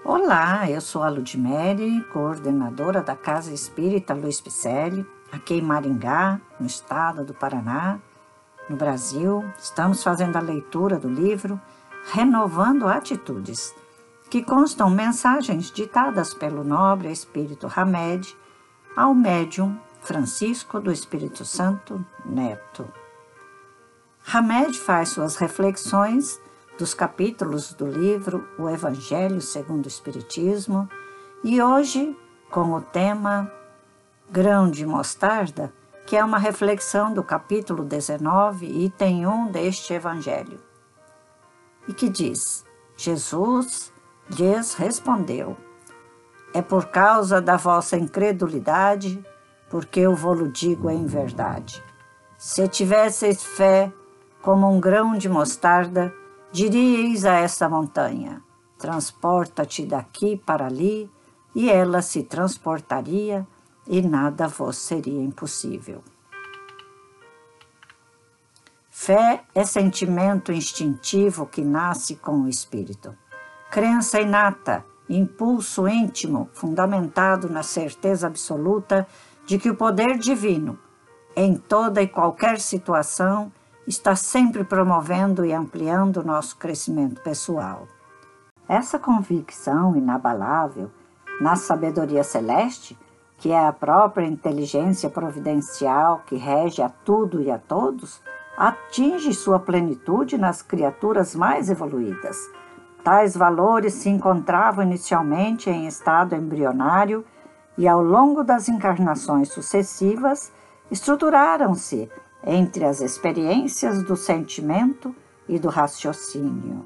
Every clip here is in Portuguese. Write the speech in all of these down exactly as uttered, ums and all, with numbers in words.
Olá, eu sou a Ludmere, coordenadora da Casa Espírita Luiz Picelli, aqui em Maringá, no estado do Paraná, no Brasil. Estamos fazendo a leitura do livro Renovando Atitudes, que constam mensagens ditadas pelo nobre espírito Hamed ao médium Francisco do Espírito Santo Neto. Hamed faz suas reflexões dos capítulos do livro O Evangelho segundo o Espiritismo e hoje com o tema Grão de Mostarda, que é uma reflexão do capítulo dezenove, item um deste Evangelho, e que diz: Jesus lhes respondeu: é por causa da vossa incredulidade, porque eu vou-lo digo em verdade. Se tivesseis fé como um grão de mostarda, diríeis a esta montanha: transporta-te daqui para ali, e ela se transportaria, e nada vos seria impossível. Fé é sentimento instintivo que nasce com o espírito. Crença inata, impulso íntimo, fundamentado na certeza absoluta de que o poder divino, em toda e qualquer situação, está sempre promovendo e ampliando o nosso crescimento pessoal. Essa convicção inabalável na sabedoria celeste, que é a própria inteligência providencial que rege a tudo e a todos, atinge sua plenitude nas criaturas mais evoluídas. Tais valores se encontravam inicialmente em estado embrionário e, ao longo das encarnações sucessivas, estruturaram-se entre as experiências do sentimento e do raciocínio.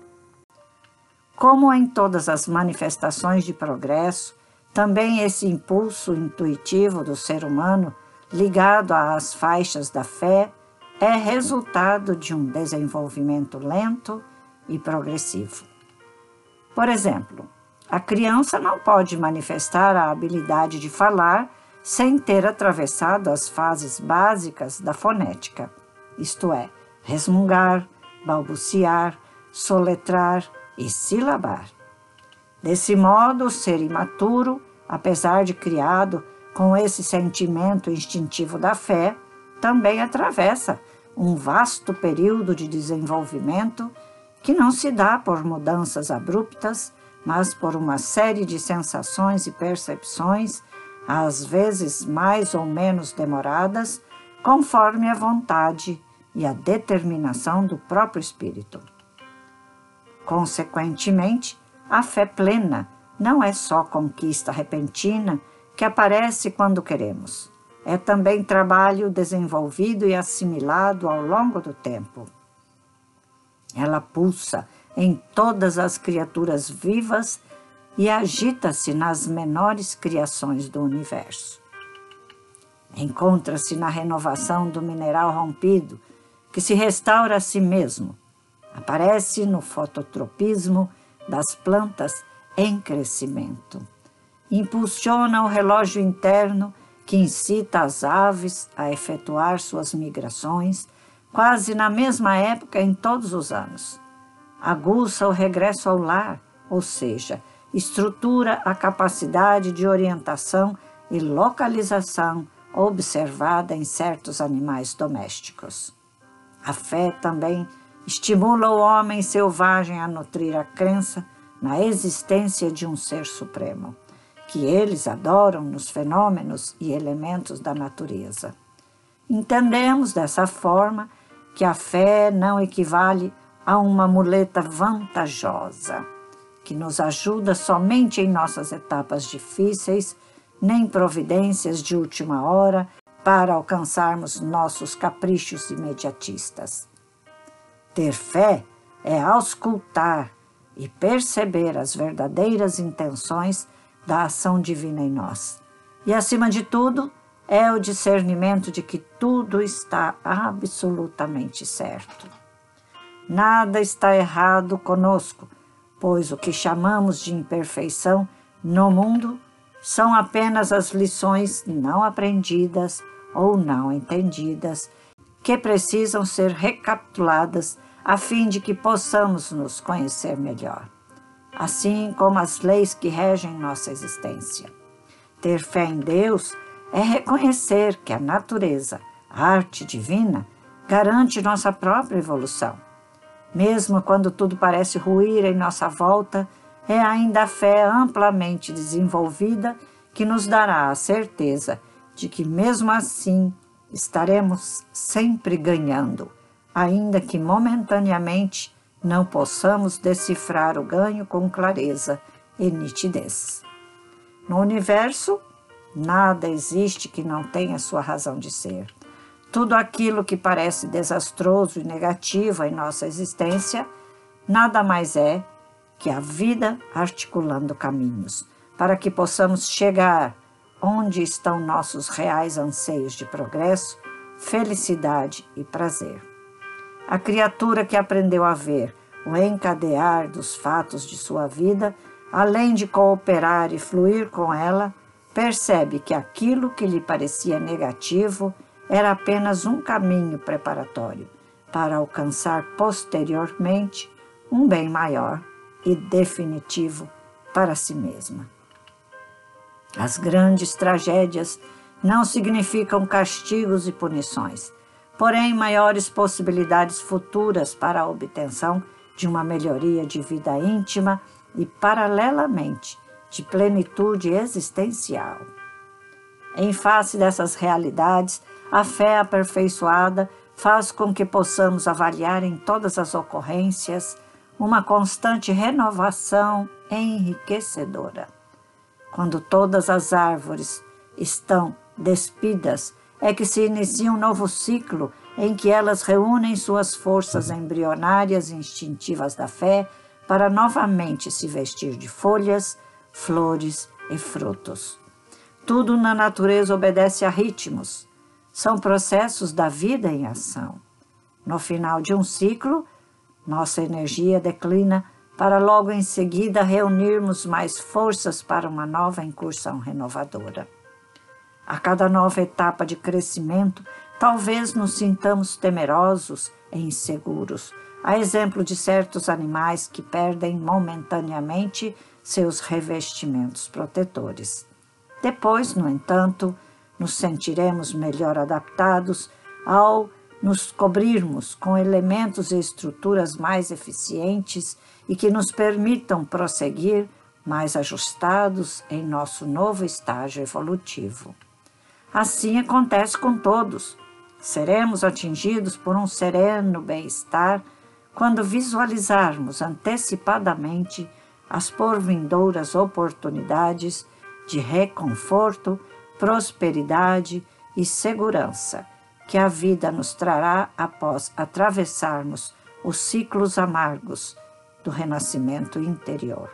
Como em todas as manifestações de progresso, também esse impulso intuitivo do ser humano, ligado às faixas da fé, é resultado de um desenvolvimento lento e progressivo. Por exemplo, a criança não pode manifestar a habilidade de falar sem ter atravessado as fases básicas da fonética, isto é, resmungar, balbuciar, soletrar e silabar. Desse modo, o ser imaturo, apesar de criado com esse sentimento instintivo da fé, também atravessa um vasto período de desenvolvimento que não se dá por mudanças abruptas, mas por uma série de sensações e percepções, às vezes mais ou menos demoradas, conforme a vontade e a determinação do próprio espírito. Consequentemente, a fé plena não é só conquista repentina que aparece quando queremos. É também trabalho desenvolvido e assimilado ao longo do tempo. Ela pulsa em todas as criaturas vivas e agita-se nas menores criações do universo. Encontra-se na renovação do mineral rompido, que se restaura a si mesmo. Aparece no fototropismo das plantas em crescimento. Impulsiona o relógio interno que incita as aves a efetuar suas migrações, quase na mesma época em todos os anos. Aguça o regresso ao lar, ou seja, estrutura a capacidade de orientação e localização observada em certos animais domésticos. A fé também estimula o homem selvagem a nutrir a crença na existência de um ser supremo, que eles adoram nos fenômenos e elementos da natureza. Entendemos dessa forma que a fé não equivale a uma muleta vantajosa, que nos ajuda somente em nossas etapas difíceis, nem providências de última hora para alcançarmos nossos caprichos imediatistas. Ter fé é auscultar e perceber as verdadeiras intenções da ação divina em nós. E, acima de tudo, é o discernimento de que tudo está absolutamente certo. Nada está errado conosco, pois o que chamamos de imperfeição no mundo são apenas as lições não aprendidas ou não entendidas que precisam ser recapituladas a fim de que possamos nos conhecer melhor. assim como as leis que regem nossa existência. Ter fé em Deus é reconhecer que a natureza, a arte divina, garante nossa própria evolução. Mesmo quando tudo parece ruir em nossa volta, é ainda a fé amplamente desenvolvida que nos dará a certeza de que, mesmo assim, estaremos sempre ganhando, ainda que momentaneamente não possamos decifrar o ganho com clareza e nitidez. No universo, nada existe que não tenha sua razão de ser. Tudo aquilo que parece desastroso e negativo em nossa existência, nada mais é que a vida articulando caminhos, para que possamos chegar onde estão nossos reais anseios de progresso, felicidade e prazer. A criatura que aprendeu a ver o encadear dos fatos de sua vida, além de cooperar e fluir com ela, percebe que aquilo que lhe parecia negativo era apenas um caminho preparatório para alcançar posteriormente um bem maior e definitivo para si mesma. As grandes tragédias não significam castigos e punições, porém maiores possibilidades futuras para a obtenção de uma melhoria de vida íntima e, paralelamente, de plenitude existencial. Em face dessas realidades, a fé aperfeiçoada faz com que possamos avaliar em todas as ocorrências uma constante renovação enriquecedora. Quando todas as árvores estão despidas, é que se inicia um novo ciclo em que elas reúnem suas forças embrionárias e instintivas da fé para novamente se vestir de folhas, flores e frutos. Tudo na natureza obedece a ritmos. São processos da vida em ação. No final de um ciclo, nossa energia declina para logo em seguida reunirmos mais forças para uma nova incursão renovadora. A cada nova etapa de crescimento, talvez nos sintamos temerosos e inseguros, a exemplo de certos animais que perdem momentaneamente seus revestimentos protetores. Depois, no entanto, nos sentiremos melhor adaptados ao nos cobrirmos com elementos e estruturas mais eficientes e que nos permitam prosseguir mais ajustados em nosso novo estágio evolutivo. Assim acontece com todos. Seremos atingidos por um sereno bem-estar quando visualizarmos antecipadamente as porvindouras oportunidades de reconforto, prosperidade e segurança que a vida nos trará após atravessarmos os ciclos amargos do renascimento interior.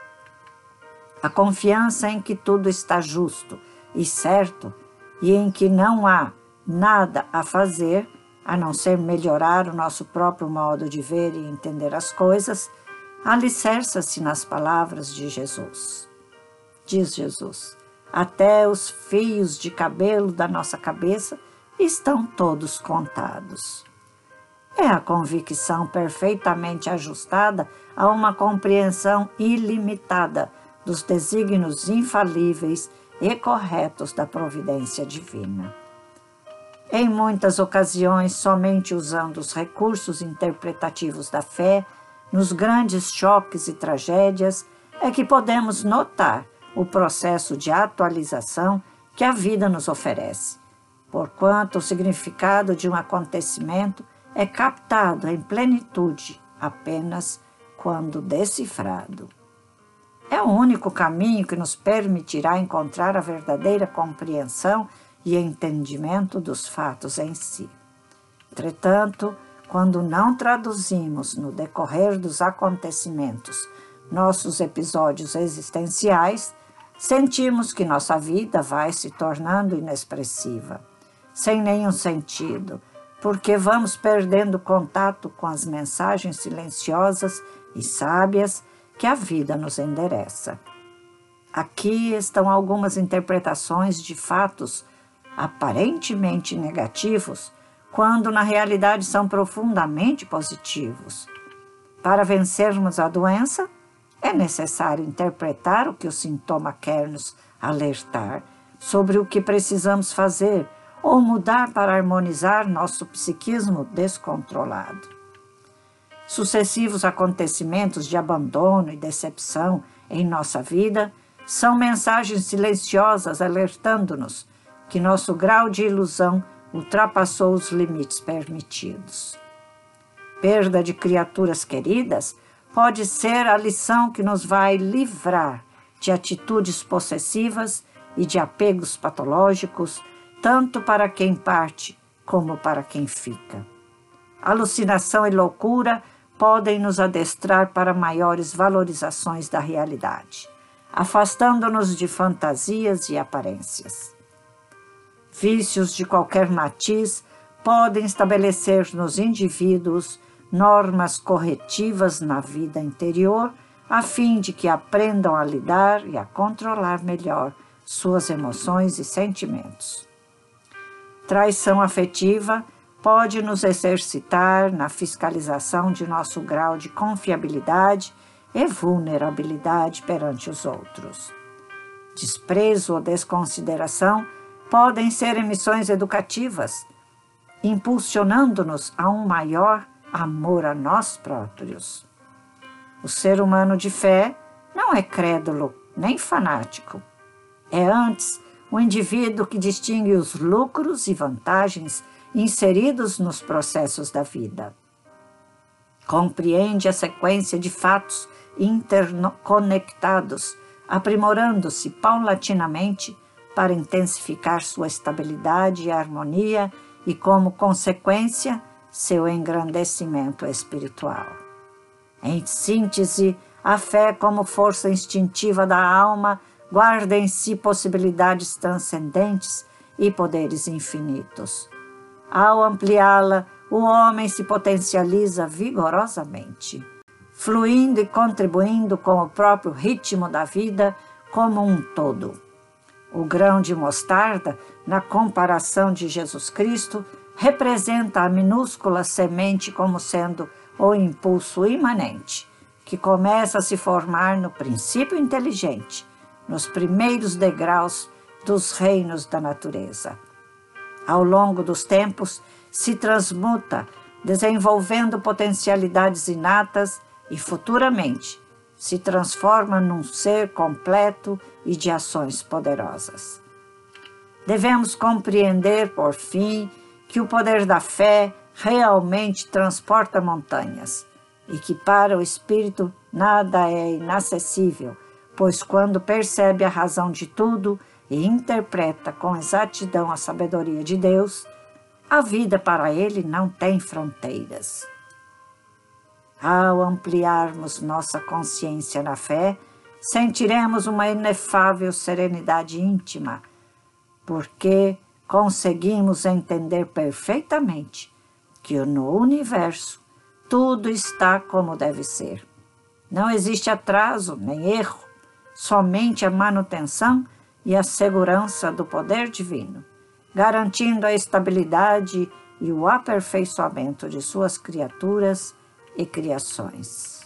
A confiança em que tudo está justo e certo e em que não há nada a fazer a não ser melhorar o nosso próprio modo de ver e entender as coisas, alicerça-se nas palavras de Jesus. Diz Jesus: até os fios de cabelo da nossa cabeça estão todos contados. É a convicção perfeitamente ajustada a uma compreensão ilimitada dos desígnios infalíveis e corretos da providência divina. Em muitas ocasiões, somente usando os recursos interpretativos da fé, nos grandes choques e tragédias, é que podemos notar o processo de atualização que a vida nos oferece, porquanto o significado de um acontecimento é captado em plenitude apenas quando decifrado. É o único caminho que nos permitirá encontrar a verdadeira compreensão e entendimento dos fatos em si. Entretanto, quando não traduzimos no decorrer dos acontecimentos nossos episódios existenciais, sentimos que nossa vida vai se tornando inexpressiva, sem nenhum sentido, porque vamos perdendo contato com as mensagens silenciosas e sábias que a vida nos endereça. Aqui estão algumas interpretações de fatos aparentemente negativos, quando na realidade são profundamente positivos. Para vencermos a doença, é necessário interpretar o que o sintoma quer nos alertar sobre o que precisamos fazer ou mudar para harmonizar nosso psiquismo descontrolado. Sucessivos acontecimentos de abandono e decepção em nossa vida são mensagens silenciosas alertando-nos que nosso grau de ilusão ultrapassou os limites permitidos. Perda de criaturas queridas pode ser a lição que nos vai livrar de atitudes possessivas e de apegos patológicos, tanto para quem parte como para quem fica. Alucinação e loucura podem nos adestrar para maiores valorizações da realidade, afastando-nos de fantasias e aparências. Vícios de qualquer matiz podem estabelecer nos indivíduos normas corretivas na vida interior, a fim de que aprendam a lidar e a controlar melhor suas emoções e sentimentos. Traição afetiva pode nos exercitar na fiscalização de nosso grau de confiabilidade e vulnerabilidade perante os outros. Desprezo ou desconsideração podem ser emissões educativas, impulsionando-nos a um maior amor a nós próprios. O ser humano de fé não é crédulo nem fanático. É antes o indivíduo que distingue os lucros e vantagens inseridos nos processos da vida. Compreende a sequência de fatos interconectados, aprimorando-se paulatinamente para intensificar sua estabilidade e harmonia e, como consequência, seu engrandecimento espiritual. Em síntese, a fé como força instintiva da alma guarda em si possibilidades transcendentes e poderes infinitos. Ao ampliá-la, o homem se potencializa vigorosamente, fluindo e contribuindo com o próprio ritmo da vida como um todo. O grão de mostarda, na comparação de Jesus Cristo, representa a minúscula semente como sendo o impulso imanente, que começa a se formar no princípio inteligente, nos primeiros degraus dos reinos da natureza. Ao longo dos tempos, se transmuta, desenvolvendo potencialidades inatas e, futuramente, se transforma num ser completo e de ações poderosas. Devemos compreender, por fim, que o poder da fé realmente transporta montanhas e que para o espírito nada é inacessível, pois quando percebe a razão de tudo e interpreta com exatidão a sabedoria de Deus, a vida para ele não tem fronteiras. Ao ampliarmos nossa consciência na fé, sentiremos uma inefável serenidade íntima, porque conseguimos entender perfeitamente que no universo tudo está como deve ser. Não existe atraso nem erro, somente a manutenção e a segurança do poder divino, garantindo a estabilidade e o aperfeiçoamento de suas criaturas e criações.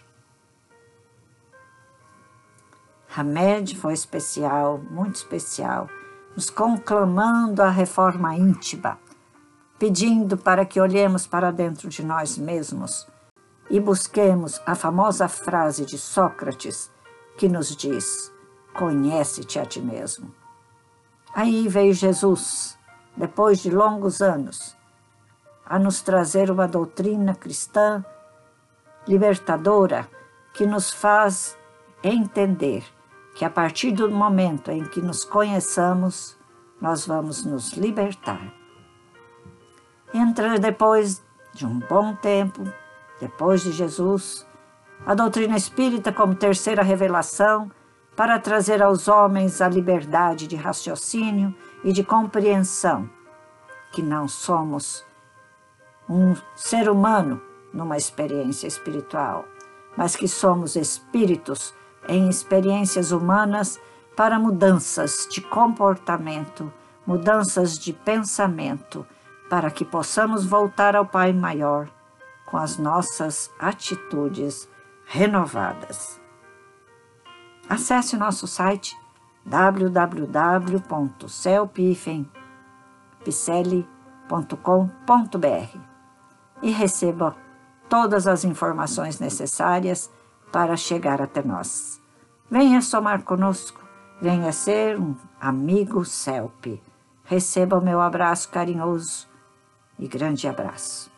Hamed foi especial, muito especial, nos conclamando a reforma íntima, pedindo para que olhemos para dentro de nós mesmos e busquemos a famosa frase de Sócrates que nos diz: conhece-te a ti mesmo. Aí veio Jesus, depois de longos anos, a nos trazer uma doutrina cristã libertadora que nos faz entender que a partir do momento em que nos conheçamos, nós vamos nos libertar. Entra depois de um bom tempo, depois de Jesus, a doutrina espírita como terceira revelação para trazer aos homens a liberdade de raciocínio e de compreensão, que não somos um ser humano numa experiência espiritual, mas que somos espíritos em experiências humanas para mudanças de comportamento, mudanças de pensamento, para que possamos voltar ao Pai Maior com as nossas atitudes renovadas. Acesse o nosso site w w w ponto celpifem picele ponto com ponto b r e receba todas as informações necessárias para chegar até nós. Venha somar conosco, venha ser um amigo C E L P. Receba o meu abraço carinhoso e grande abraço.